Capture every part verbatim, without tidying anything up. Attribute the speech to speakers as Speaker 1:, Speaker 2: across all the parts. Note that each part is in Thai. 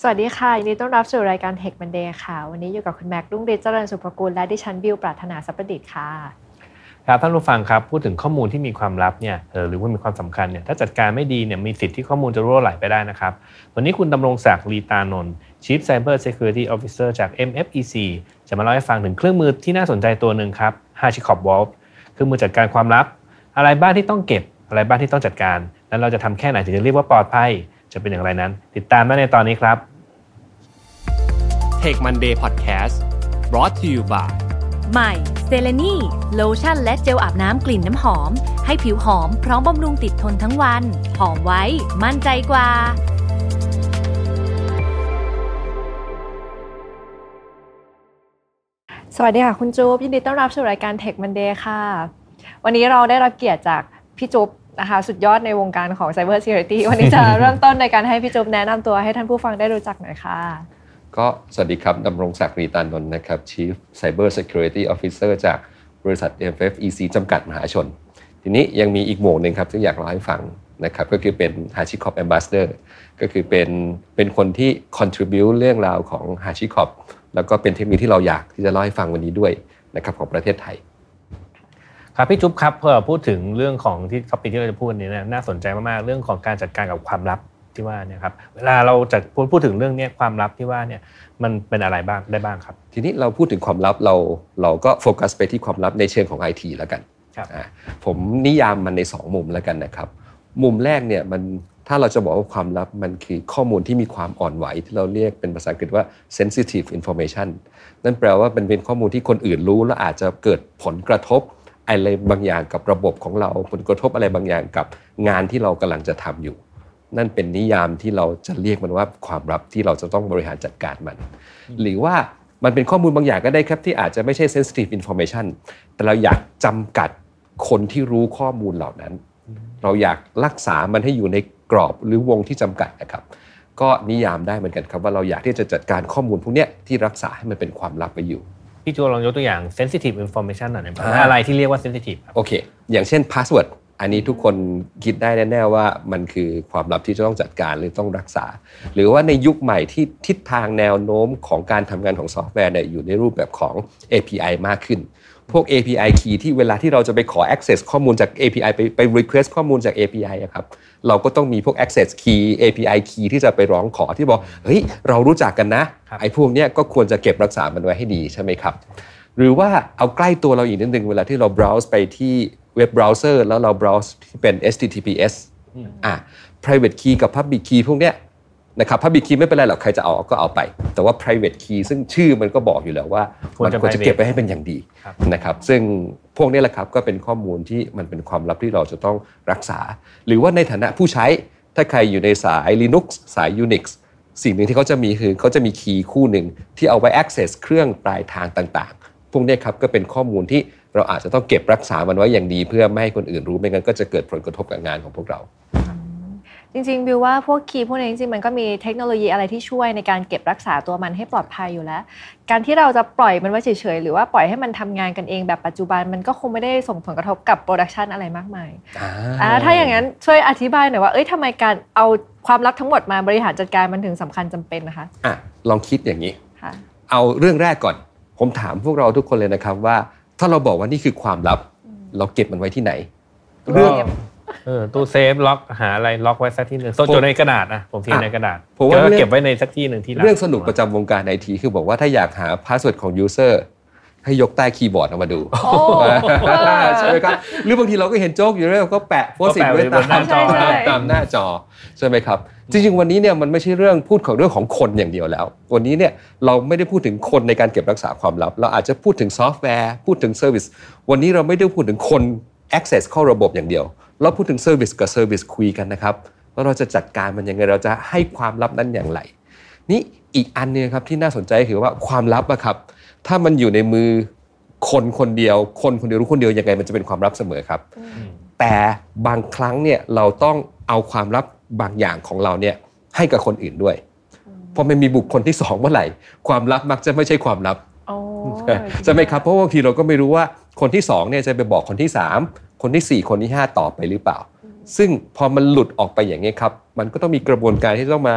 Speaker 1: สวัสดีค่ะยินดีต้อนรับสู่รายการ Tech Monday ค่ะวันนี้อยู่กับคุณแม็กรุ่งฤทธิ์เจริญสุภกุลและดิฉันบิวปรารถนาทรัพย์ประดิษฐ์ค่ะ
Speaker 2: ครับท่านผู้ฟังครับพูดถึงข้อมูลที่มีความลับเนี่ยเออหรือว่ามีความสำคัญเนี่ยถ้าจัดการไม่ดีเนี่ยมีสิทธิ์ที่ข้อมูลจะรั่วไหลไปได้นะครับวันนี้คุณดำรงศักดิ์ลีตานนท์ Chief Cyber Security Officer จาก เอ็ม เอฟ อี ซี จะมาเล่าให้ฟังถึงเครื่องมือที่น่าสนใจตัวหนึ่งครับ HashiCorp Vault เครื่องมือจัดการความลับอะไรบ้างที่ต้องเก็บอะไรบ้างที่ต้องจัดการแล้วเราจะทำแค่ไหนถึงจะเรียกว่าปลอดภัยจะเป็นอย่างไรนั้นติดตามได้ในตอนนี้ครับ
Speaker 3: Tech Monday Podcast brought to you by
Speaker 4: ใหม่เซเลนีโลชั่นและเจลอาบน้ำกลิ่นน้ำหอมให้ผิวหอมพร้อมบำรุงติดทนทั้งวันหอมไว้มั่นใจกว่า
Speaker 1: สวัสดีค่ะคุณจุ๊บยินดีต้อนรับสู่รายการ Tech Monday ค่ะวันนี้เราได้รับเกียรติจากพี่จุ๊บนะคะสุดยอดในวงการของ Cyber Security วันนี้จะเริ่มต้นในการให้พี่จุ๊บแนะนำตัวให้ท่านผู้ฟังได้รู้จักหน่อยค่ะ
Speaker 5: ก็สวัสดีครับดำรงศักดิ์ ลีตานนท์นะครับ Chief Cyber Security Officer จากบริษัท เอ็ม เอฟ อี ซี จำกัดมหาชนทีนี้ยังมีอีกหมวดนึงครับที่อยากเล่าให้ฟังนะครับก็คือเป็น HashiCorp Ambassador ก็คือเป็นเป็นคนที่ contribute เรื่องราวของ HashiCorp แล้วก็เป็นเทคนิคที่เราอยากที่จะเล่าให้ฟังวันนี้ด้วยนะครับของประเทศไทย
Speaker 2: ครับพี่จุ๊บครับพอพูดถึงเรื่องของที่ท็อปิกที่เราจะพูดนี้นะน่าสนใจมากๆเรื่องของการจัดการกับความลับที่ว่าเนี่ยครับเวลาเราจะพูดพูดถึงเรื่องนี้ความลับที่ว่าเนี่ยมันเป็นอะไรบ้างได้บ้างครับ
Speaker 5: ทีนี้เราพูดถึงความลับเราเราก็โฟกัสไปที่ความลับในเชิงของ ไอ ที แล้วกัน
Speaker 2: ครับ
Speaker 5: ผมนิยามมันในสองมุมแล้วกันนะครับมุมแรกเนี่ยมันถ้าเราจะบอกว่าความลับมันคือข้อมูลที่มีความอ่อนไหวที่เราเรียกเป็นภาษาอังกฤษว่า sensitive information นั่นแปลว่าเป็นเป็นข้อมูลที่คนอื่นรู้แล้วอาจจะเกิดผลกระทบอะไรบางอย่างกับระบบของเราผลกระทบอะไรบางอย่างกับงานที่เรากำลังจะทำอยู่นั่นเป็นนิยามที่เราจะเรียกมันว่าความลับที่เราจะต้องบริหารจัดการมันหรือว่ามันเป็นข้อมูลบางอย่างก็ได้ครับที่อาจจะไม่ใช่ sensitive information แต่เราอยากจำกัดคนที่รู้ข้อมูลเหล่านั้นเราอยากรักษามันให้อยู่ในกรอบหรือวงที่จำกัดนะครับก็นิยามได้เหมือนกันครับว่าเราอยากที่จะจัดการข้อมูลพวกนี้ที่รักษาให้มันเป็นความลับไปอยู่
Speaker 2: พี่จูลองยกตัวอย่าง sensitive information หน่อยนะครับอะไรที่เรียกว่า sensitive
Speaker 5: โอเคอย่างเช่น passwordอันนี้ทุกคนคิดได้แน่ๆว่ามันคือความลับที่จะต้องจัดการหรือต้องรักษาหรือว่าในยุคใหม่ที่ทิศทางแนวโน้มของการทำงานของซอฟต์แวร์เนี่ยอยู่ในรูปแบบของ เอ พี ไอ มากขึ้นพวก เอ พี ไอ key ที่เวลาที่เราจะไปขอ access ข้อมูลจาก เอ พี ไอ ไปไป request ข้อมูลจาก เอ พี ไอ อ่ะครับเราก็ต้องมีพวก access key เอ พี ไอ key ที่จะไปร้องขอที่บอกเฮ้ยเรารู้จักกันนะไอ้พวกเนี้ยก็ควรจะเก็บรักษามันไว้ให้ดีใช่ไหมครับหรือว่าเอาใกล้ตัวเราอีกนิดนึงเวลาที่เรา browse ไปที่เว็บเบราว์เซอร์แล้วเรา browse ที่เป็น เอช ที ที พี เอส อ่ะ private key กับ public key พวกเนี้ยนะครับ public key ไม่เป็นไรหรอกใครจะเอาก็เอาไปแต่ว่า private key ซึ่งชื่อมันก็บอกอยู่แล้วว่ามันควรจะเก็บไว้ให้เป็นอย่างดีนะครับซึ่งพวกนี้แหละครับก็เป็นข้อมูลที่มันเป็นความลับที่เราจะต้องรักษาหรือว่าในฐานะผู้ใช้ถ้าใครอยู่ในสาย Linux สาย Unix สิ่งหนึ่งที่เขาจะมีคือเขาจะมี key คู่หนึ่งที่เอาไว้ access เครื่องปลายทางต่างๆพวกนี้ครับก็เป็นข้อมูลที่เราอาจจะต้องเก็บรักษามันไว้อย่างดีเพื่อไม่ให้คนอื่นรู้ไม่งั้นก็จะเกิดผลกระทบกับงานของพวกเรา
Speaker 1: จริงๆบิวว่าพวกคีย์พวกนี้จริงๆมันก็มีเทคโนโลยีอะไรที่ช่วยในการเก็บรักษาตัวมันให้ปลอดภัยอยู่แล้วการที่เราจะปล่อยมันไว้เฉยๆหรือว่าปล่อยให้มันทำงานกันเองแบบปัจจุบันมันก็คงไม่ได้ส่งผลกระทบกับโปรดักชันอะไรมากมายอ่าถ้าอย่างนั้นช่วยอธิบายหน่อยว่าเอ้ยทำไมการเอาความลับทั้งหมดมาบริหารจัดการมันถึงสำคัญจำเป็นนะคะ
Speaker 5: อ่ะลองคิดอย่างนี้เอาเรื่องแรกก่อนผมถามพวกเราทุกคนเลยนะครับว่าถ้าเราบอกว่านี่คือความลับเราเก็บมันไว้ที่ไหน
Speaker 2: เรื่องเออตู้เซฟล็อกหาอะไรล็อกไว้สักที่นึงโซ่จดในกระดาษนะผมเขียนในกระดาษก็เก็บไว้ในสักที่นึงที่
Speaker 5: เรื่องสนุกประจำวงการ ไอ ที คือบอกว่าถ้าอยากหาพาสเวิร์ดของยูเซอร์ให้ยกใต้คีย์บอร์ดออกมาดูใช่ไหมครับหรือบางทีเราก็เห็นโจ๊กอยู่แล้วก็แปะโพสต์ไว้ตามหน้าจอตามหน้าจอใช่ไหมครับจริงๆวันนี้เนี่ยมันไม่ใช่เรื่องพูดของเรื่องของคนอย่างเดียวแล้ววันนี้เนี่ยเราไม่ได้พูดถึงคนในการเก็บรักษาความลับเราอาจจะพูดถึงซอฟต์แวร์พูดถึงเซอร์วิสวันนี้เราไม่ได้พูดถึงคน access เข้าระบบอย่างเดียวเราพูดถึงเซอร์วิสกับเซอร์วิสคุยกันนะครับว่าเราจะจัดการมันยังไงเราจะให้ความลับนั้นอย่างไรนี่อีกอันนึงครับที่น่าสนใจคือว่าความลับอะครับถ้ามันอยู่ในมือคนคนเดียวคนคนเดียวรู้คนเดียวยังไงมันจะเป็นความลับเสมอครับแต่บางครั้งเนี่ยเราต้องเอาความลับบางอย่างของเราเนี่ยให้กับคนอื่นด้วยพอมันมีบุคคลที่สองเมื่อไหร่ความลับมักจะไม่ใช่ความลับใช่ไหมครับเพราะบางทีเราก็ไม่รู้ว่าคนที่สองเนี่ยจะไปบอกคนที่สามคนที่สี่คนที่ห้าต่อไปหรือเปล่าซึ่งพอมันหลุดออกไปอย่างนี้ครับมันก็ต้องมีกระบวนการที่ต้องมา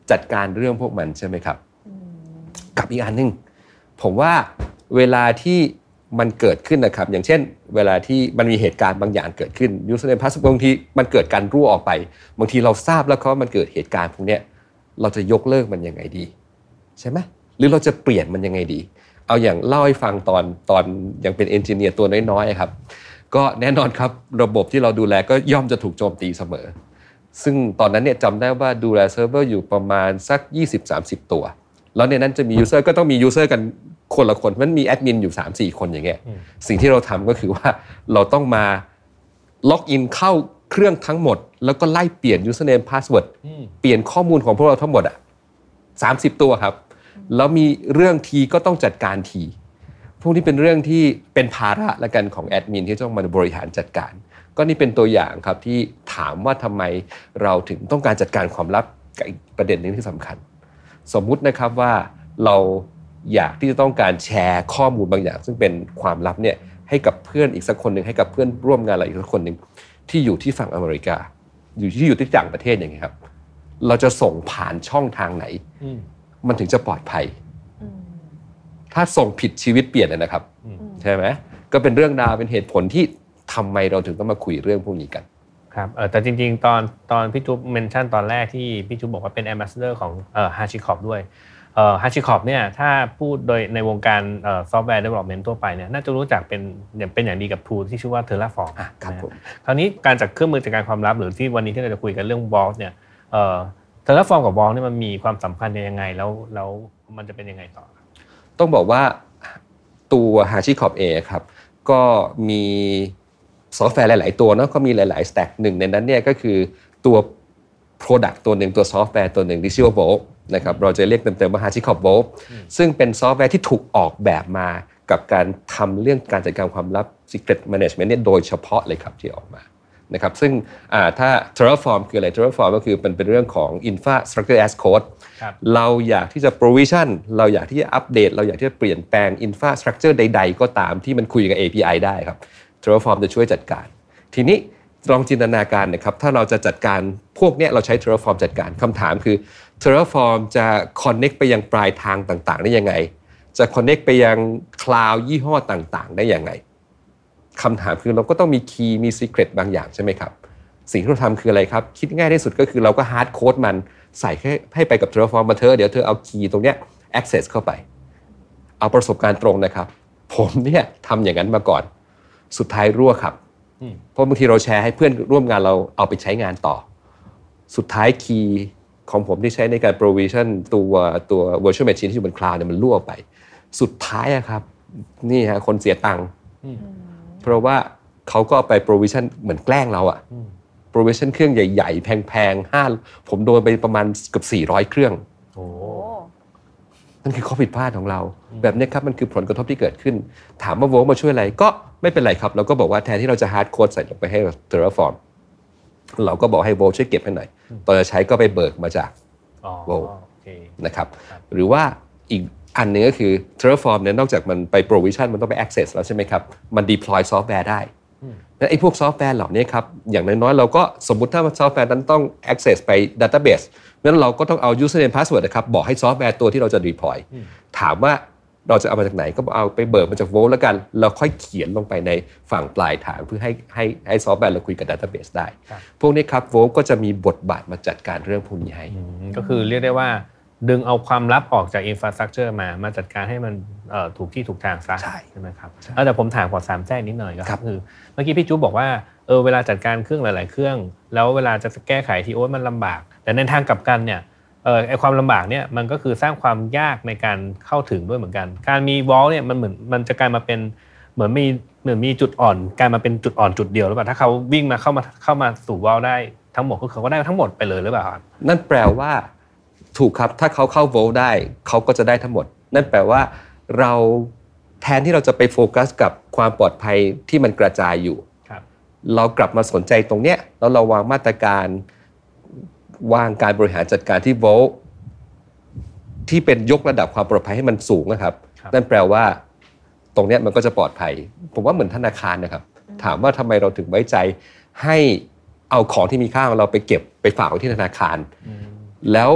Speaker 5: จัดการเรื่องพวกมันใช่ไหมครับกับอีกอันนึงผมว่าเวลาที่มันเกิดขึ้นนะครับอย่างเช่นเวลาที่มันมีเหตุการณ์บางอย่างเกิดขึ้น username password บางทีมันเกิดการรั่วออกไปบางทีเราทราบแล้วว่ามันเกิดเหตุการณ์พวกนี้เราจะยกเลิกมันยังไงดีใช่ไหมหรือเราจะเปลี่ยนมันยังไงดีเอาอย่างเล่าให้ฟังตอนตอนยังเป็นเอนจิเนียร์ตัวน้อยๆครับก็แน่นอนครับระบบที่เราดูแลก็ย่อมจะถูกโจมตีเสมอซึ่งตอนนั้นเนี่ยจำได้ว่าดูแลเซิร์ฟเวอร์อยู่ประมาณสัก ยี่สิบถึงสามสิบ ตัวแล้วในนั้นจะมียูเซอร์ก็ต้องมียูเซอร์กันคนละคนมันมีแอดมินอยู่ สามสี่ คนอย่างเงี้ยสิ่งที่เราทำก็คือว่าเราต้องมาล็อกอินเข้าเครื่องทั้งหมดแล้วก็ไล่เปลี่ยน username password เปลี่ยนข้อมูลของพวกเราทั้งหมดอ่ะสามสิบตัวครับแล้วมีเรื่องทีก็ต้องจัดการทีพวกนี้เป็นเรื่องที่เป็นภาระละกันของแอดมินที่ต้องมาบริหารจัดการก็นี่เป็นตัวอย่างครับที่ถามว่าทำไมเราถึงต้องการจัดการความลับกับอีกประเด็นนึงที่สำคัญสมมุตินะครับว่าเราอยากที่จะต้องการแชร์ข้อมูลบางอย่างซึ่งเป็นความลับเนี่ยให้กับเพื่อนอีกสักคนนึงให้กับเพื่อนร่วมงานเราอีกสักคนนึงที่อยู่ที่ฝั่งอเมริกาอยู่ที่อยู่ที่ต่างประเทศอย่างเงี้ยครับเราจะส่งผ่านช่องทางไหนมันถึงจะปลอดภัยถ้าส่งผิดชีวิตเปลี่ยนเลยนะครับใช่ไหมก็เป็นเรื่องราวเป็นเหตุผลที่ทำไมเราถึงต้องมาคุยเรื่องพวกนี้กัน
Speaker 2: ครับเออแต่จริงๆตอนตอนพี่จุ๊บเมนชั่นตอนแรกที่พี่จุ๊บบอกว่าเป็นแอมบาสเดอร์ของเอ่อ HashiCorp ด้วยเอ่อ HashiCorp เนี่ยถ้าพูดโดยในวงการเอ่อ software development ทั่วไปเนี่ยน่าจะรู้จักเป็นอย่างเป็นอย่างดีกับ tool ที่ชื่อว่า Terraform
Speaker 5: อ่ะครับผม
Speaker 2: คราวนี้การจัดเครื่องมือจัดการความลับหรือที่วันนี้ที่เราจะคุยกันเรื่อง Vault เนี่ยเอ่อ Terraform กับ Vault เนี่ยมันมีความสัมพันธ์ยังไงแล้วแล้วมันจะเป็นยังไงต่อ
Speaker 5: ต้องบอกว่าตัว HashiCorp เองครับก็มีซอฟต์แวร์หลายๆตัวเนาะก็มีหลายๆ stack หนึ่งในนั้นเนี่ยก็คือตัว product ตัวหนึ่งตัวซอฟต์แวร์ตัวหนึ่งที่ชื่อว่า Vault นะครับเราจะเรียกเต็มๆว่า HashiCorp Vault ซึ่งเป็นซอฟต์แวร์ที่ถูกออกแบบมากับการทำเรื่องการจัดการความลับ secret management เนี่ยโดยเฉพาะเลยครับที่ออกมานะครับซึ่งถ้า Terraform คืออะไร Terraform ก็คือเป็นเป็นเรื่องของ infrastructure as code เราอยากที่จะ provision เราอยากที่จะอัปเดตเราอยากที่จะเปลี่ยนแปลง infrastructure ใดๆก็ตามที่มันคุยกับ เอ พี ไอ ได้ครับ Terraform จะช่วยจัดการทีนี้ลองจินตนาการนะครับถ้าเราจะจัดการพวกนี้เราใช้ Terraform จัดการคำถามคือ Terraform จะ connect ไปยังปลายทางต่างๆได้ยังไงจะ connect ไปยัง cloud ยี่ห้อต่างๆได้ยังไงคำถามคือเราก็ต้องมีคีย์มี secret บางอย่างใช่ไหมครับสิ่งที่เราทำคืออะไรครับคิดง่ายที่สุดก็คือเราก็ hard code มันใส่ให้ให้ไปกับ Terraform มาเธอเดี๋ยวเธอเอาคีย์ตรงเนี้ย access เข้าไปเอาประสบการณ์ตรงนะครับผมเนี่ยทำอย่างนั้นมาก่อนสุดท้ายรั่วครับเพราะบางทีเราแชร์ให้เพื่อนร่วมงานเราเอาไปใช้งานต่อสุดท้ายคีย์ของผมที่ใช้ในการ provision ตัวตัว virtual machine ที่อยู่บน cloud เนี่ยมันรั่วไปสุดท้ายอะครับนี่ฮะคนเสียตังค์เพราะว่าเขาก็ไป provision เหมือนแกล้งเราอะ provision เครื่องใหญ่ๆแพงๆห้าผมโดนไปประมาณเกือบสี่ร้อยเครื่องโอ้นั่นคือข้อผิดพลาดของเราแบบนี้ครับมันคือผลกระทบที่เกิดขึ้นถามว่า Vault มาช่วยอะไรก็ไม่เป็นไรครับเราก็บอกว่าแทนที่เราจะ hard code ใส่ลงไปให้ Terraform เราก็บอกให้ Vault ช่วยเก็บให้หน่อยตอนจะใช้ก็ไปเบิกมาจาก Vault นะครับหรือว่าอีกอันนึงก็คือ Terraform เนี่ยนอกจากมันไป provision มันต้องไป access แล้วใช่ไหมครับมัน deploy ซอฟต์แวร์ได้แล้วไอ้พวกซอฟต์แวร์เหล่านี้ครับอย่างน้อยๆเราก็สมมุติถ้าซอฟต์แวร์นั้นต้อง access ไป database งั้นเราก็ต้องเอา username password นะครับบอกให้ซอฟต์แวร์ตัวที่เราจะ deploy ถามว่าเราจะเอามาจากไหนก็เอาไปเบิกมาจาก Vault แล้วกันเราค่อยเขียนลงไปในฝั่งปลายทางเพื่อให้ให้ให้ซอฟต์แวร์เราคุยกับ database ได้พวกนี้ครับ Vault ก็จะมีบทบาทมาจัดการเรื่องพวกนี้ให้
Speaker 2: ก็คือเรียกได้ว่าดึงเอาความลับออกจาก infrastructure มามาจัดการให้มันเอ่อถูกที่ถูกทางซะใช่ไหมครับเออแต่ผมถามขอสามแทรกนิดหน่อยก็คือเมื่อกี้พี่จุ๊บบอกว่าเออเวลาจัดการเครื่องหลายๆเครื่องแล้วเวลาจะแก้ไขที่โอ้มันลำบากแต่ในทางกลับกันเนี่ยเออไอความลำบากเนี่ยมันก็คือสร้างความยากในการเข้าถึงด้วยเหมือนกันการมี Vault เนี่ยมันเหมือนมันจะกลายมาเป็นเหมือนมีเหมือนมีจุดอ่อนกลายมาเป็นจุดอ่อนจุดเดียวหรือเปล่าถ้าเขาวิ่งมาเข้ามาเข้ามาสู่ Vault ได้ทั้งหมดก็เขาก็ได้ทั้งหมดไปเลยหรือเปล่า
Speaker 5: นั่นแปลว่าถูกครับถ้าเขาเข้า Vault ได้เขาก็จะได้ทั้งหมดนั่นแปลว่าเราแทนที่เราจะไปโฟกัสกับความปลอดภัยที่มันกระจายอยู่เรากลับมาสนใจตรงเนี้ยแล้วเราวางมาตรการวางการบริหารจัดการที่ Vault ที่เป็นยกระดับความปลอดภัยให้มันสูงนะครับนั่นแปลว่าตรงเนี้ยมันก็จะปลอดภัยผมว่าเหมือนธนาคารนะครับถามว่าทำไมเราถึงไว้ใจให้เอาของที่มีค่าของเราไปเก็บไปฝากไว้ที่ธนาคารแล้ว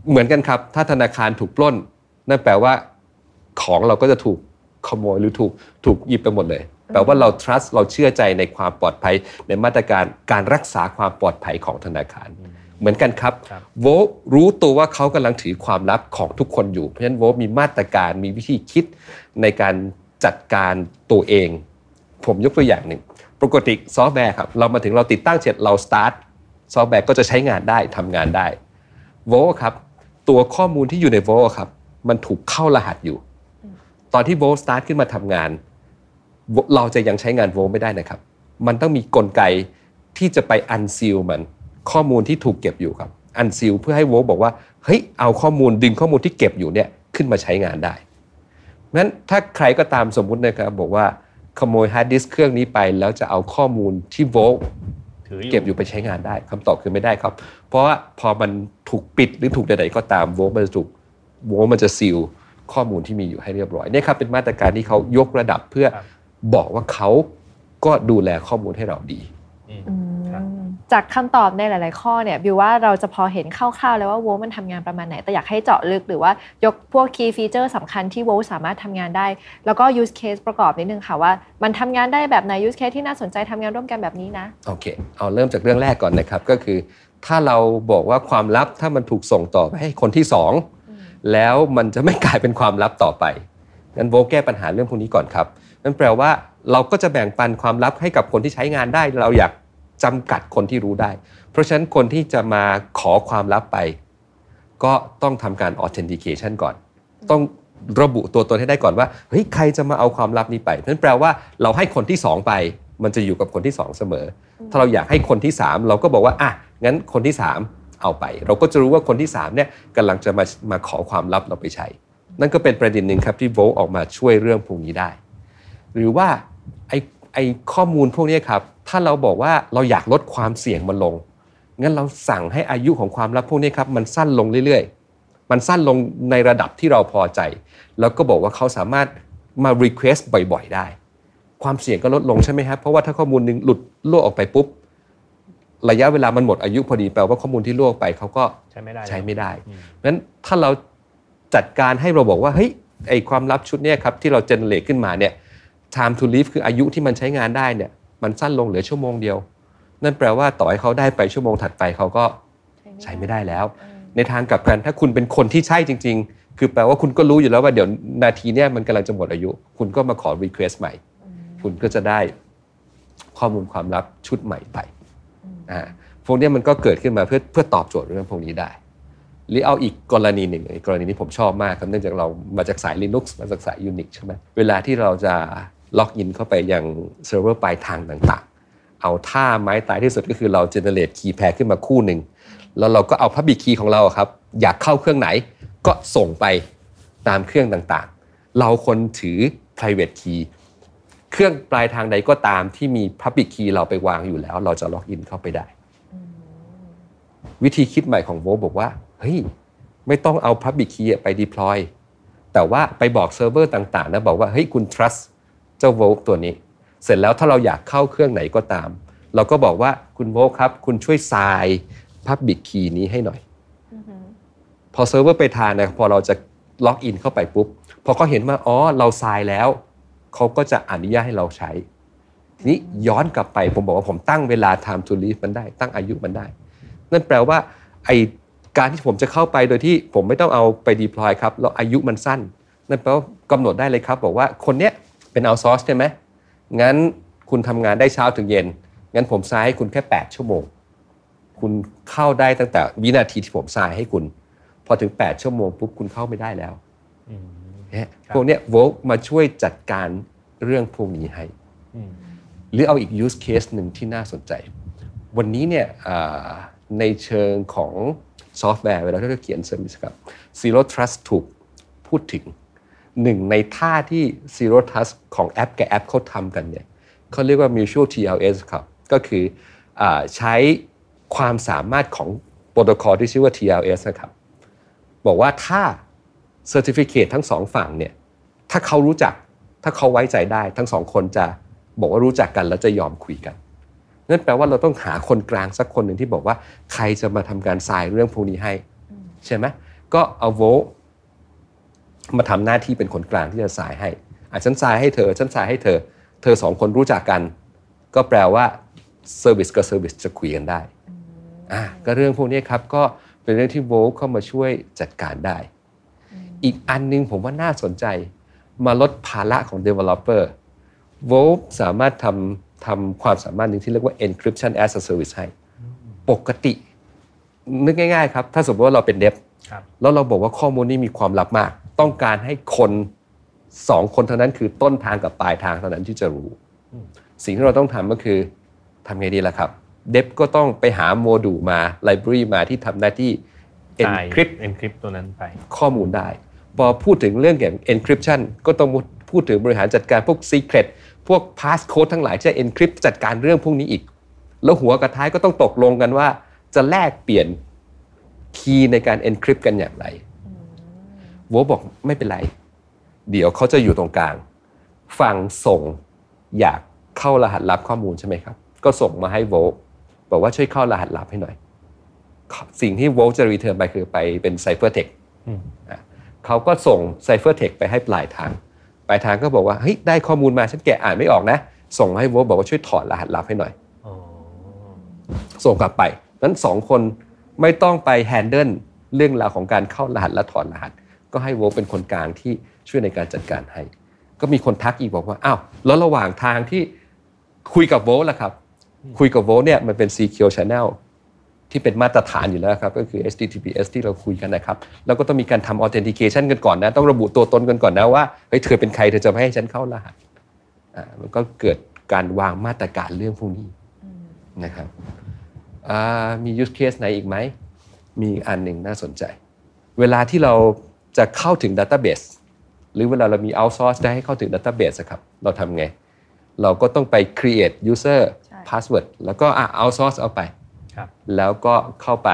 Speaker 5: เหมือนกันครับถ้าธนาคารถูกปล้นนั่นแปลว่าของเราก็จะถูกขโมยหรือถูกถูกหยิบไปหมดเลยแปลว่าเรา trust เราเชื่อใจในความปลอดภัยในมาตรการการรักษาความปลอดภัยของธนาคารเหมือนกันครับโวลรู้ตัวว่าเขากำลังถือความลับของทุกคนอยู่เพราะฉะนั้นโวลมีมาตรการมีวิธีคิดในการจัดการตัวเองผมยกตัวอย่างหนึ่งปกติซอฟต์แวร์ครับเรามาถึงเราติดตั้งเสร็จเรา start ซอฟต์แวร์ก็จะใช้งานได้ทำงานได้โวลครับตัวข้อมูลที่อยู่ในโวลครับมันถูกเข้ารหัสอยู่ตอนที่โวล start ขึ้นมาทำงานเราจะยังใช้งานโวลไม่ได้นะครับมันต้องมีกลไกที่จะไป unseal มันข้อมูลที่ถูกเก็บอยู่ครับ unseal เพื่อให้โวลบอกว่าเฮ้ยเอาข้อมูลดึงข้อมูลที่เก็บอยู่เนี่ยขึ้นมาใช้งานได้งั้นถ้าใครก็ตามสมมุตินะครับบอกว่าขโมยฮาร์ดดิสก์เครื่องนี้ไปแล้วจะเอาข้อมูลที่โวลเก็บอยู่ไปใช้งานได้คำตอบคือไม่ได้ครับเพราะว่าพอมันถูกปิดหรือถูกใดๆก็ตามโวลมันจะถูกโวลมันจะซีลข้อมูลที่มีอยู่ให้เรียบร้อยนี่ครับเป็นมาตรการที่เขายกระดับเพื่อบอกว่าเขาก็ดูแลข้อมูลให้เราดี
Speaker 1: จากคำตอบในหลายๆข้อเนี่ยบิวว่าเราจะพอเห็นคร่าวๆแล้วว่าโวลมันทำงานประมาณไหนแต่อยากให้เจาะลึกหรือว่ายกพวก key feature สำคัญที่โวลสามารถทำงานได้แล้วก็ use case ประกอบนิดนึงค่ะว่ามันทำงานได้แบบไหน use case ที่น่าสนใจทำงานร่วมกันแบบนี้นะ
Speaker 5: โอเคเอาเริ่มจากเรื่องแรกก่อนนะครับก็คือถ้าเราบอกว่าความลับถ้ามันถูกส่งต่อไปให้คนที่สองแล้วมันจะไม่กลายเป็นความลับต่อไปงั้นโวลแก้ปัญหาเรื่องพวกนี้ก่อนครับนั่นแปลว่าเราก็จะแบ่งปันความลับให้กับคนที่ใช้งานได้เราอยากจำกัดคนที่รู้ได้เพราะฉะนั้นคนที่จะมาขอความลับไปก็ต้องทำการ authentication ก่อนต้องระบุตัวตนให้ได้ก่อนว่าเฮ้ยใครจะมาเอาความลับนี้ไปนั่นแปลว่าเราให้คนที่สองไปมันจะอยู่กับคนที่สองเสมอถ้าเราอยากให้คนที่สามเราก็บอกว่าอ่ะงั้นคนที่สามเอาไปเราก็จะรู้ว่าคนที่สามเนี่ยกำลังจะมามาขอความลับเราไปใช้นั่นก็เป็นประเด็นหนึ่งครับที่โวลต์ออกมาช่วยเรื่องพวกนี้ได้หรือว่าไอ้ไอ้ข้อมูลพวกนี้ครับถ้าเราบอกว่าเราอยากลดความเสี่ยงมันลงงั้นเราสั่งให้อายุของความลับพวกนี้ครับมันสั้นลงเรื่อยๆมันสั้นลงในระดับที่เราพอใจแล้วก็บอกว่าเขาสามารถมา request บ่อยๆได้ความเสี่ยงก็ลดลงใช่ไหมครับเพราะว่าถ้าข้อมูลนึงหลุดล่วงออกไปปุ๊บระยะเวลามันหมดอายุพอดีแปลว่าข้อมูลที่ล่วงไปเขาก็ใช้ไม่ได้ใช้ไม่ได้งั้นถ้าเราจัดการให้เราบอกว่าเฮ้ยไอ้ความลับชุดนี้ครับที่เรา generate ขึ้นมาเนี่ย time to live คืออายุที่มันใช้งานได้เนี่ยมันสั้นลงเหลือชั่วโมงเดียวนั่นแปลว่าต่อให้เขาได้ไปชั่วโมงถัดไปเขาก็ใช้ไม่ได้แล้วในทางกลับกันถ้าคุณเป็นคนที่ใช่จริงๆคือแปลว่าคุณก็รู้อยู่แล้วว่าเดี๋ยวนาทีเนี้ยมันกำลังจะหมดอายุคุณก็มาขอ request ใหม่คุณก็จะได้ข้อมูลความลับชุดใหม่ไปอ่าพวกนี้มันก็เกิดขึ้นมาเพื่อเพื่อตอบโจทย์เรื่องพวกนี้ได้หรือเอาอีกกรณีหนึ่งกรณีนี้ผมชอบมากครับเนื่องจากเรามาจากสาย Linux มาจากสาย Unix ใช่ไหมเวลาที่เราจะล็อกอินเข้าไปยังเซิร์ฟเวอร์ปลายทางต่างๆเอาท่าไม้ตายที่สุดก็คือเรา generate key pair ขึ้นมาคู่หนึ่งแล้วเราก็เอา public key ของเราครับอยากเข้าเครื่องไหนก็ส่งไปตามเครื่องต่างๆเราคนถือ private key เครื่องปลายทางใดก็ตามที่มี public key เราไปวางอยู่แล้วเราจะล็อกอินเข้าไปได้วิธีคิดใหม่ของโวลต์บอกว่าเฮ้ยไม่ต้องเอา public key ไป deploy แต่ว่าไปบอกเซิร์ฟเวอร์ต่างๆนะบอกว่าเฮ้ยคุณ trust เจ้าโวลต์ตัวนี้เสร็จแล้วถ้าเราอยากเข้าเครื่องไหนก็ตามเราก็บอกว่าคุณโวลต์ครับคุณช่วยทราย public key นี้ให้หน่อย mm-hmm. พอเซิร์ฟเวอร์ไปทานนะพอเราจะล็อกอินเข้าไปปุ๊บพอเขาเห็นว่าอ๋อเราทรายแล้วเขาก็จะอนุญาตให้เราใช้ทีนี้ย้อนกลับไปผมบอกว่าผมตั้งเวลา time to live มันได้ตั้งอายุมันได้นั่นแปลว่าไอการที่ผมจะเข้าไปโดยที่ผมไม่ต้องเอาไป deploy ครับแล้วอายุมันสั้นนั่นแปลว่ากำหนดได้เลยครับบอกว่าคนเนี้ยเป็น outsource ใช่ไหมงั้นคุณทำงานได้เช้าถึงเย็นงั้นผมทรายให้คุณแค่แปดชั่วโมงคุณเข้าได้ตั้งแต่วินาทีที่ผมทรายให้คุณพอถึงแปดชั่วโมงปุ๊บคุณเข้าไม่ได้แล้วเนี่ยพวกเนี้ยโวลต์มาช่วยจัดการเรื่องพวกนี้ให้หรือเอาอีก use case หนึ่งที่น่าสนใจวันนี้เนี่ยในเชิงของซอฟต์แวร์เวลาที่เราเขียน service ครับ zero trust ถูกพูดถึงหนึ่งในท่าที่ zero trust ของแอปกับแอปเขาทำกันเนี่ยเขาเรียกว่า mutual ที แอล เอส ครับก็คือใช้ความสามารถของโปรโตคอลที่ชื่อว่า ที แอล เอส นะครับบอกว่าถ้า certificate ทั้งสองฝั่งเนี่ยถ้าเขารู้จักถ้าเขาไว้ใจได้ทั้งสองคนจะบอกว่ารู้จักกันแล้วจะยอมคุยกันนั่นแปลว่าเราต้องหาคนกลางสักคนหนึ่งที่บอกว่าใครจะมาทำการทรายเรื่องพวกนี้ให้ใช่ไหมก็เอา Vault มาทำหน้าที่เป็นคนกลางที่จะสายให้อ่ะฉันสายให้เธอฉันสายให้เธอเธอสองคนรู้จักกันก็แปลว่าเซอร์วิสกับเซอร์วิสจะคุยกันได้อ่ะก็เรื่องพวกนี้ครับก็เป็นเรื่องที่ Vault เข้ามาช่วยจัดการได้อีกอันนึงผมว่าน่าสนใจมาลดภาระของ developer Vault สามารถทำทำความสามารถหนึ่งที่เรียกว่า encryption as a service ให้ปกตินึกง่ายๆครับถ้าสมมติว่าเราเป็น dev แล้วเราบอกว่าข้อมูลนี้มีความลับมากต้องการให้คนสองคนเท่านั้นคือต้นทางกับปลายทางเท่านั้นที่จะรู้สิ่งที่เราต้องทำก็คือทำไงดีล่ะครับ dev ก็ต้องไปหาโมดูลมา library มาที่ทำหน้าที่ encrypt
Speaker 2: encrypt ตัวนั้นไป
Speaker 5: ข้อมูลได้พอพูดถึงเรื่องอย่าง encryption ก็ต้องพูดถึงบริหารจัดการพวก secret พวก passcode ทั้งหลายที่จะ encrypt จัดการเรื่องพวกนี้อีกแล้วหัวกับท้ายก็ต้องตกลงกันว่าจะแลกเปลี่ยนคีย์ในการ encrypt กันอย่างไรโวบอกไม่เป็นไรเดี๋ยวเขาจะอยู่ตรงกลางฝั่งส่งอยากเข้ารหัสลับข้อมูลใช่ไหมครับก็ส่งมาให้โวบอกว่าช่วยเข้ารหัสลับให้หน่อยสิ่งที่โวจะ return ไปคือไปเป็น cipher text เขาก็ส่ง cipher text ไปให้ปลายทางปลายทางก็บอกว่าเฮ้ยได้ข้อมูลมาฉันแกะอ่านไม่ออกนะส่งมาให้โวบอกว่าช่วยถอดรหัสลับให้หน่อยส่งกลับไปนั้นสองคนไม่ต้องไป handle เรื่องราวของการเข้ารหัสและถอดรหัสก็ให้โวเป็นคนกลางที่ช่วยในการจัดการให้ก็มีคนทักอีกบอกว่าอ้าวแล้วระหว่างทางที่คุยกับโวล่ะครับคุยกับโวเนี่ยมันเป็น Secure Channel ที่เป็นมาตรฐานอยู่แล้วครับก็คือ เอช ที ที พี เอส ที่เราคุยกันนะครับแล้วก็ต้องมีการทำ authentication กันก่อนนะต้องระบุตัวตนกันก่อนนะว่าเฮ้ยเธอเป็นใครเธอจะไม่ให้ฉันเข้ารหัสอ่ามันก็เกิดการวางมาตรการเรื่องพวกนี้นะครับอ่ามี use case ไหนอีกไหมมีอันหนึ่งน่าสนใจเวลาที่เราจะเข้าถึง database หรือเวลาเรามี outsource ได้ให้เข้าถึง database ครับเราทำไงเราก็ต้องไป create user password แล้วก็อ่ะ outsource เอาไปแล้วก็เข้าไป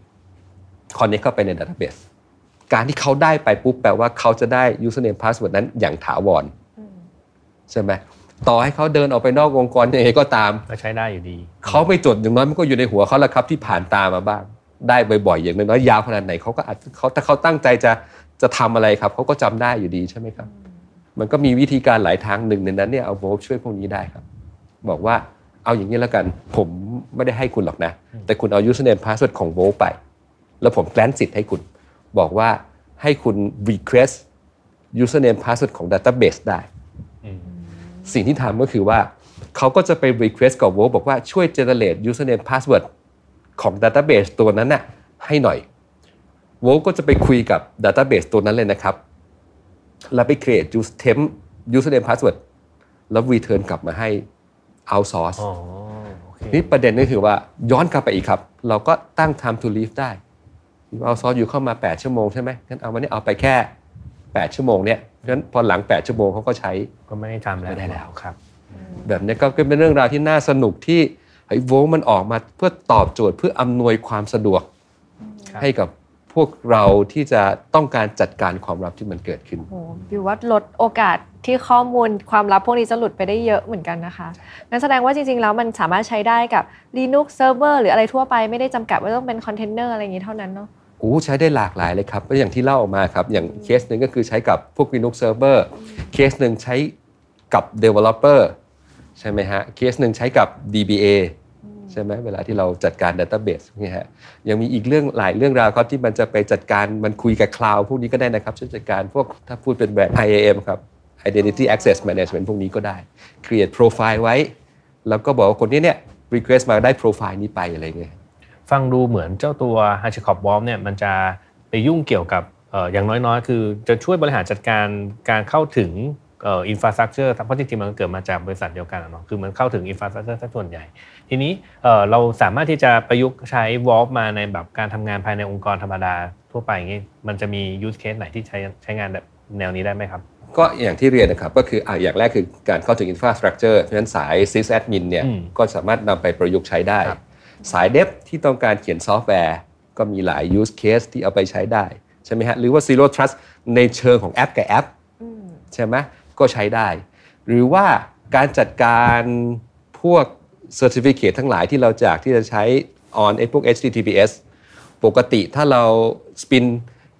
Speaker 5: connect เข้าไปใน database การที่เขาได้ไปปุ๊บแปลว่าเขาจะได้ username password นั้นอย่างถาวรใช่ไหมต่อให้เขาเดินออกไปนอกองค์กรยังไงก็ตาม
Speaker 2: ก็ใช้ได้อยู่ดี
Speaker 5: เขาไม่จดอย่างน้อยมันก็อยู่ในหัวเขาแล้วครับที่ผ่านตามาบ้างได้บ่อยๆอย่างน้อยๆยาวขนาดไหนเขาก็อาจเขาถ้าเขาตั้งใจจะจะทำอะไรครับเขาก็จำได้อยู่ดีใช่ไหมครับมันก็มีวิธีการหลายทางหนึ่งในนั้นเนี่ยเอาโวช่วยพวกนี้ได้ครับบอกว่าเอาอย่างนี้แล้วกันผมไม่ได้ให้คุณหรอกนะแต่คุณเอา username password ของโวไปแล้วผมแกล้งสิทธิ์ให้คุณบอกว่าให้คุณ request username password ของ database ได้สิ่งที่ทำก็คือว่าเขาก็จะไป request กับโวบอกว่าช่วย generate username password ของ database ตัวนั้นน่ะให้หน่อยโวก็จะไปคุยกับ database ตัวนั้นเลยนะครับแล้วไป create use temp username password แล้ว return กลับมาให้ outsource
Speaker 2: อ๋อโอเค
Speaker 5: นี่ประเด็นก็คือว่าย้อนกลับไปอีกครับเราก็ตั้ง time to leave ได้ outsource อยู่เข้ามาแปดชั่วโมงใช่ไหมงั้นเอาวันนี้เอาไปแค่แปดชั่วโมงเนี่ยเพราะฉะนั้นพอหลังแปดชั่วโมงเขาก็ใช้
Speaker 2: ก็ไม่ได้ทำแล้ว
Speaker 5: ได้แล้ว
Speaker 2: ครับ
Speaker 5: แบบนี้ก็เป็นเรื่องราวที่น่าสนุกที่ไอ้โวมันออกมาเพื่อตอบโจทย์เพื่ออำนวยความสะดวกให้กับพวกเราที่จะต้องการจัดการความลับที่มันเกิดขึ้น
Speaker 1: โอ้บิวว่าลดโอกาสที่ข้อมูลความลับพวกนี้จะหลุดไปได้เยอะเหมือนกันนะคะนั่นแสดงว่าจริงๆแล้วมันสามารถใช้ได้กับ Linux Server หรืออะไรทั่วไปไม่ได้จำกัดว่าต้องเป็นคอนเทนเนอร์อะไรอย่างนี้เท่านั้นเนาะ
Speaker 5: โอ้ใช้ได้หลากหลายเลยครับก็อย่างที่เล่าออกมาครับอย่างเคสนึงก็คือใช้กับพวก Linux Server เคสนึงใช้กับ Developer ใช่ไหมฮะเคสนึงใช้กับ ดี บี เอ ใช่ไหมเวลาที่เราจัดการ Database นี่ฮะยังมีอีกเรื่องหลายเรื่องราวครับที่มันจะไปจัดการมันคุยกับ Cloud พวกนี้ก็ได้นะครับช่วยจัดการพวกถ้าพูดเป็นแบบ ไอ เอ เอ็ม ครับ Identity Access Management พวกนี้ก็ได้ Create Profile ไว้แล้วก็บอกว่าคนนี้เนี่ย request มาได้ Profile นี้ไปอะไรเงี้ย
Speaker 2: ฟังดูเหมือนเจ้าตัว HashiCorp Vault เนี่ยมันจะไปยุ่งเกี่ยวกับเอ่ออย่างน้อยๆคือจะช่วยบริหารจัดการการเข้าถึงเอ่อ infrastructure เพราะจริงๆมันเกิดมาจากบริษัทเดียวกันเนาะคือมันเข้าถึง infrastructure ซะส่วนใหญ่ทีนี้เอ่อเราสามารถที่จะประยุกต์ใช้ Vault มาในแบบการทำงานภายในองค์กรธรรมดาทั่วไปอย่างงี้มันจะมี use case ไหนที่ใช้ใช้งานแบบแนวนี้ได้ไหมครับ
Speaker 5: ก็อย่างที่เรียนนะครับก็คืออ่ะอย่างแรกคือการเข้าถึง infrastructure เพราะฉะนั้นสาย sysadmin เนี่ยก็สามารถนำไปประยุกต์ใช้ได้สาย Dev ที่ต้องการเขียนซอฟต์แวร์ก็มีหลาย use case ที่เอาไปใช้ได้ใช่ไหมฮะหรือว่า Zero Trust ในเชิงของแอปกับแอปใช่ไหมก็ใช้ได้หรือว่าการจัดการพวก certificate ทั้งหลายที่เราจากที่จะใช้ on ไอ้พวก เอช ที ที พี เอส ปกติถ้าเรา spin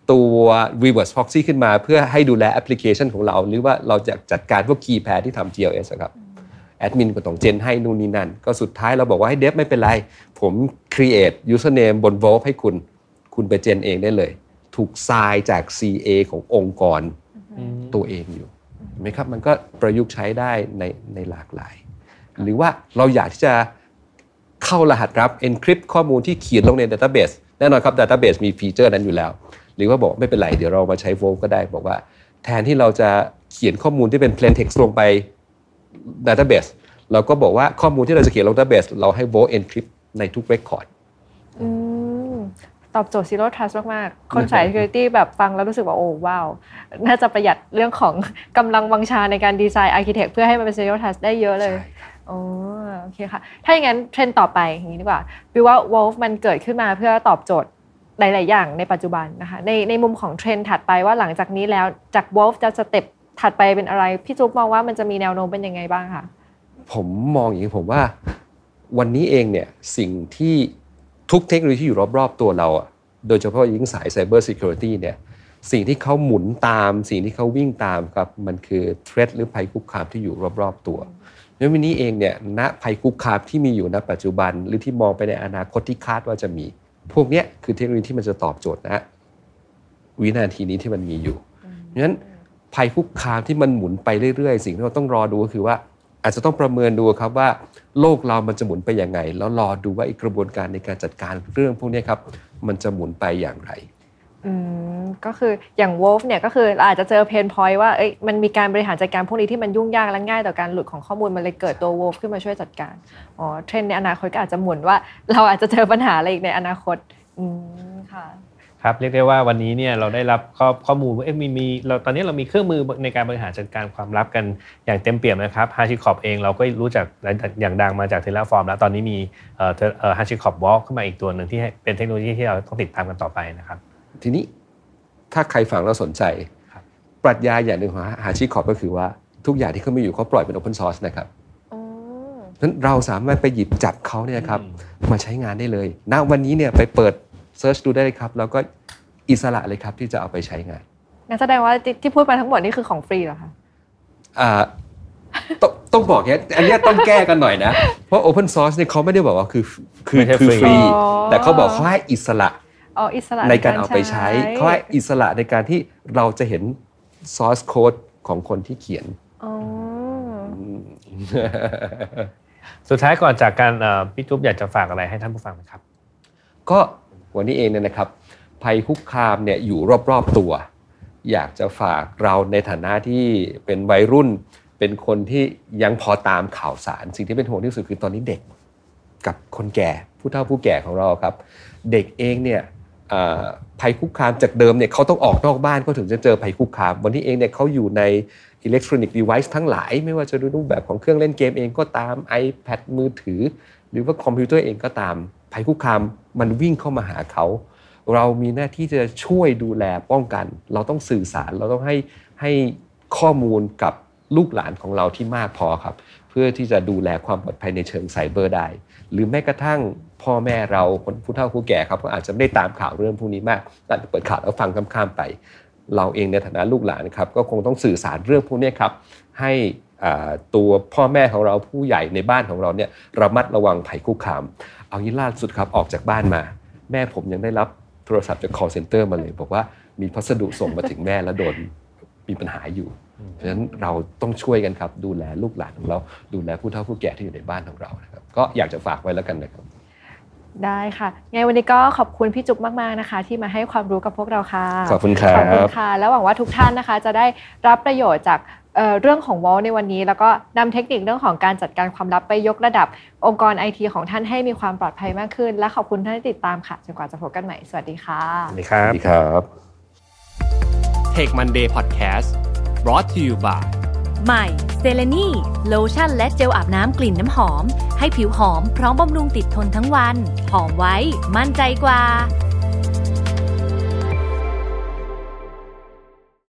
Speaker 5: ตัว reverse proxy ขึ้นมาเพื่อให้ดูแลแอปพลิเคชันของเราหรือว่าเราจะจัดการพวก key pair ที่ทำ จี แอล เอส ครับแอดมินก็ต้องเจนให้นู่นนี่นั่นก็สุดท้ายเราบอกว่าให้เดฟไม่เป็นไรผม create username บน Vault ให้คุณคุณไปเจนเองได้เลยถูกทรายจาก ซี เอ ขององค์กรตัวเองอยู่เห็นไหมครับมันก็ประยุกต์ใช้ได้ในในหลากหลายหรือว่าเราอยากที่จะเข้ารหัสลับ encrypt ข้อมูลที่เขียนลงใน database แน่นอนครับ database มีฟีเจอร์นั้นอยู่แล้วหรือว่าบอกไม่เป็นไรเดี๋ยวเรามาใช้ Vault ก็ได้บอกว่าแทนที่เราจะเขียนข้อมูลที่เป็น plain text ลงไป database เราก็บอกว่าข้อมูลที่เราจะเขียนลง database เราให้ Vault encrypt ในทุก record
Speaker 1: อืมตอบโจทย์ Zero Trust มากๆคนสาย security แบบฟังแล้วรู้สึกว่าโอ้ว้าวน่าจะประหยัดเรื่องของกำลังวังชาในการดีไซน์ architect เพื่อให้มันเป็น Zero Trust ได้เยอะเลยโอ้โอเคค่ะถ้าอย่างนั้นเทรนด์ต่อไปอย่างนี้ดีกว่าบิวว่า Wolf มันเกิดขึ้นมาเพื่อตอบโจทย์หลายๆอย่างในปัจจุบันนะคะในในมุมของเทรนด์ถัดไปว่าหลังจากนี้แล้วจาก Wolf จะสเต็ปถัดไปเป็นอะไรพี่จุ๊บมองว่ามันจะมีแนวโน้มเป็นยังไงบ้างคะ
Speaker 5: ผมมองอย่างนี้ผมว่าวันนี้เองเนี่ยสิ่งที่ทุกเทคโนโลยีที่อยู่รอบๆตัวเราอ่ะโดยเฉพาะยิ่งสาย Cyber Security เนี่ยสิ่งที่เขาหมุนตามสิ่งที่เขาวิ่งตามครับมันคือ threat หรือภัยคุกคามที่อยู่รอบๆตัวในวันนี้เองเนี่ยณภัยคุกคามที่มีอยู่ณปัจจุบันหรือที่มองไปในอนาคตที่คาดว่าจะมีพวกนี้คือเทคโนโลยีที่มันจะตอบโจทย์นะวินาทีนี้ที่มันมีอยู่เพราะฉะนั้นภัยคุกคามที่มันหมุนไปเรื่อยๆสิ่งที่เราต้องรอดูก็คือว่าอาจจะต้องประเมินดูครับว่าโลกเรามันจะหมุนไปยังไงแล้วรอดูว่าอีกกระบวนการในการจัดการเรื่องพวกนี้ครับมันจะหมุนไปอย่างไร
Speaker 1: อืมก็คืออย่าง Wolf เนี่ยก็คืออาจจะเจอเพนพอยต์ว่าเอ้ยมันมีการบริหารจัดการพวกนี้ที่มันยุ่งยากและง่ายต่อการหลุดของข้อมูลมันเลยเกิดตัว Wolf ขึ้นมาช่วยจัดการอ๋อเทรนด์ในอนาคตก็อาจจะหมุนว่าเราอาจจะเจอปัญหาอะไรอีกในอนาคตอืมค่ะ
Speaker 2: ครับเรียกได้ว่าวันนี้เนี่ยเราได้รับข้อข้อมูลว่าเอ๊ะมีมีเราตอนนี้เรามีเครื่องมือในการบริหารจัดการความลับกันอย่างเต็มเปี่ยมนะครับ HashiCorp เองเราก็รู้จักอย่างดังมาจาก Terraform แล้วตอนนี้มีเอ่อเอ่อ HashiCorp Vault ขึ้นมาอีกตัวนึงที่เป็นเทคโนโลยีที่เราต้องติดตามกันต่อไปนะครับ
Speaker 5: ทีนี้ถ้าใครฟังแล้วสนใจปรัชญาอย่างหนึ่งของ HashiCorp ก็คือว่าทุกอย่างที่เขาไม่อยู่เขาปล่อยเป็น Open Source นะครับเพราะฉะนั้นเราสามารถไปหยิบจับเขาเนี่ยครับมาใช้งานได้เลยณวันนี้เนี่ยไปเปิดเซิร์ชดูได้เลยครับแล้วก็อิสระเลยครับที่จะเอาไปใช้งาน
Speaker 1: งั้นแสดงว่าที่พูดมาทั้งหมดนี่คือของฟรีเหรอคะ
Speaker 5: อ่าต้องต้องบอกเนี้ยอันนี้ต้องแก้กันหน่อยนะเพราะ Open Source เนี่ยเขาไม่ได้บอกว่าคือคือคือฟรีแต่เขาบอกเขาให้อิสระ
Speaker 1: อ๋ออิสระ
Speaker 5: ในการเอาไปใช้เขาให้อิสระในการที่เราจะเห็น source code ของคนที่เขียนอ๋อ
Speaker 2: สุดท้ายก่อนจากการพี่จุ๊บอยากจะฝากอะไรให้ท่านผู้ฟังไหมครับ
Speaker 5: ก็วันนี้เองเนี่ยนะครับภัยคุกคามเนี่ยอยู่รอบๆตัวอยากจะฝากเราในฐานะที่เป็นวัยรุ่นเป็นคนที่ยังพอตามข่าวสารสิ่งที่เป็นห่วงที่สุดคือตอนนี้เด็กกับคนแก่ผู้เฒ่าผู้แก่ของเราครับเด็กเองเนี่ยภัยคุกคามจากเดิมเนี่ยเขาต้องออกนอกบ้านเขาถึงจะเจอภัยคุกคามวันนี้เองเนี่ยเขาอยู่ในอิเล็กทรอนิกส์ดีไวซ์ทั้งหลายไม่ว่าจะดูรูปแบบของเครื่องเล่นเกมเองก็ตาม iPad มือถือหรือว่าคอมพิวเตอร์เองก็ตามภัยคุกคามมันวิ่งเข้ามาหาเขาเรามีหน้าที่จะช่วยดูแลป้องกันเราต้องสื่อสารเราต้องให้ให้ข้อมูลกับลูกหลานของเราที่มากพอครับเพื่อที่จะดูแลความปลอดภัยในเชิงไซเบอร์ได้หรือแม้กระทั่งพ่อแม่เราคนผู้เฒ่าผู้แก่ครับก็อาจจะไม่ได้ตามข่าวเรื่องพวกนี้มากอาจจะเปิดข่าวแล้วฟังข้ามๆไปเราเองในฐานะลูกหลานครับก็คงต้องสื่อสารเรื่องพวกนี้ครับให้ตัวพ่อแม่ของเราผู้ใหญ่ในบ้านของเราเนี่ยระมัดระวังภัยคุกคามเอางี้ล่าสุดครับออกจากบ้านมาแม่ผมยังได้รับโทรศัพท์จาก call center มาเลยบอกว่ามีพัสดุส่งมาถึงแม่แล้วโดนมีปัญหาอยู่เพราะฉะนั้นเราต้องช่วยกันครับดูแลลูกหลานของเราดูแลผู้เฒ่าผู้แก่ที่อยู่ในบ้านของเรานะครับก็อยากจะฝากไว้แล้วกันนะครับได้ค่ะไงวันนี้ก็ขอบคุณพี่จุ๊บมากๆนะคะที่มาให้ความรู้กับพวกเราค่ะขอบคุณครับขอบคุณค่ะแล้วหวังว่าทุกท่านนะคะจะได้รับประโยชน์จากเอ่อเรื่องของ Vault ในวันนี้แล้วก็นำเทคนิคเรื่องของการจัดการความลับไปยกระดับองค์กร ไอ ที ของท่านให้มีความปลอดภัยมากขึ้นและขอบคุณท่านที่ติดตามค่ะจนกว่าจะพบกันใหม่สวัสดีค่ะสวัสดีครับสวัสดีครับ
Speaker 3: Take Monday Podcast brought to you by
Speaker 4: ใหม่เซเลนีโลชั่นและเจลอาบน้ำกลิ่นน้ำหอมให้ผิวหอมพร้อมบำรุงติดทนทั้งวันหอมไว้มั่นใจกว่า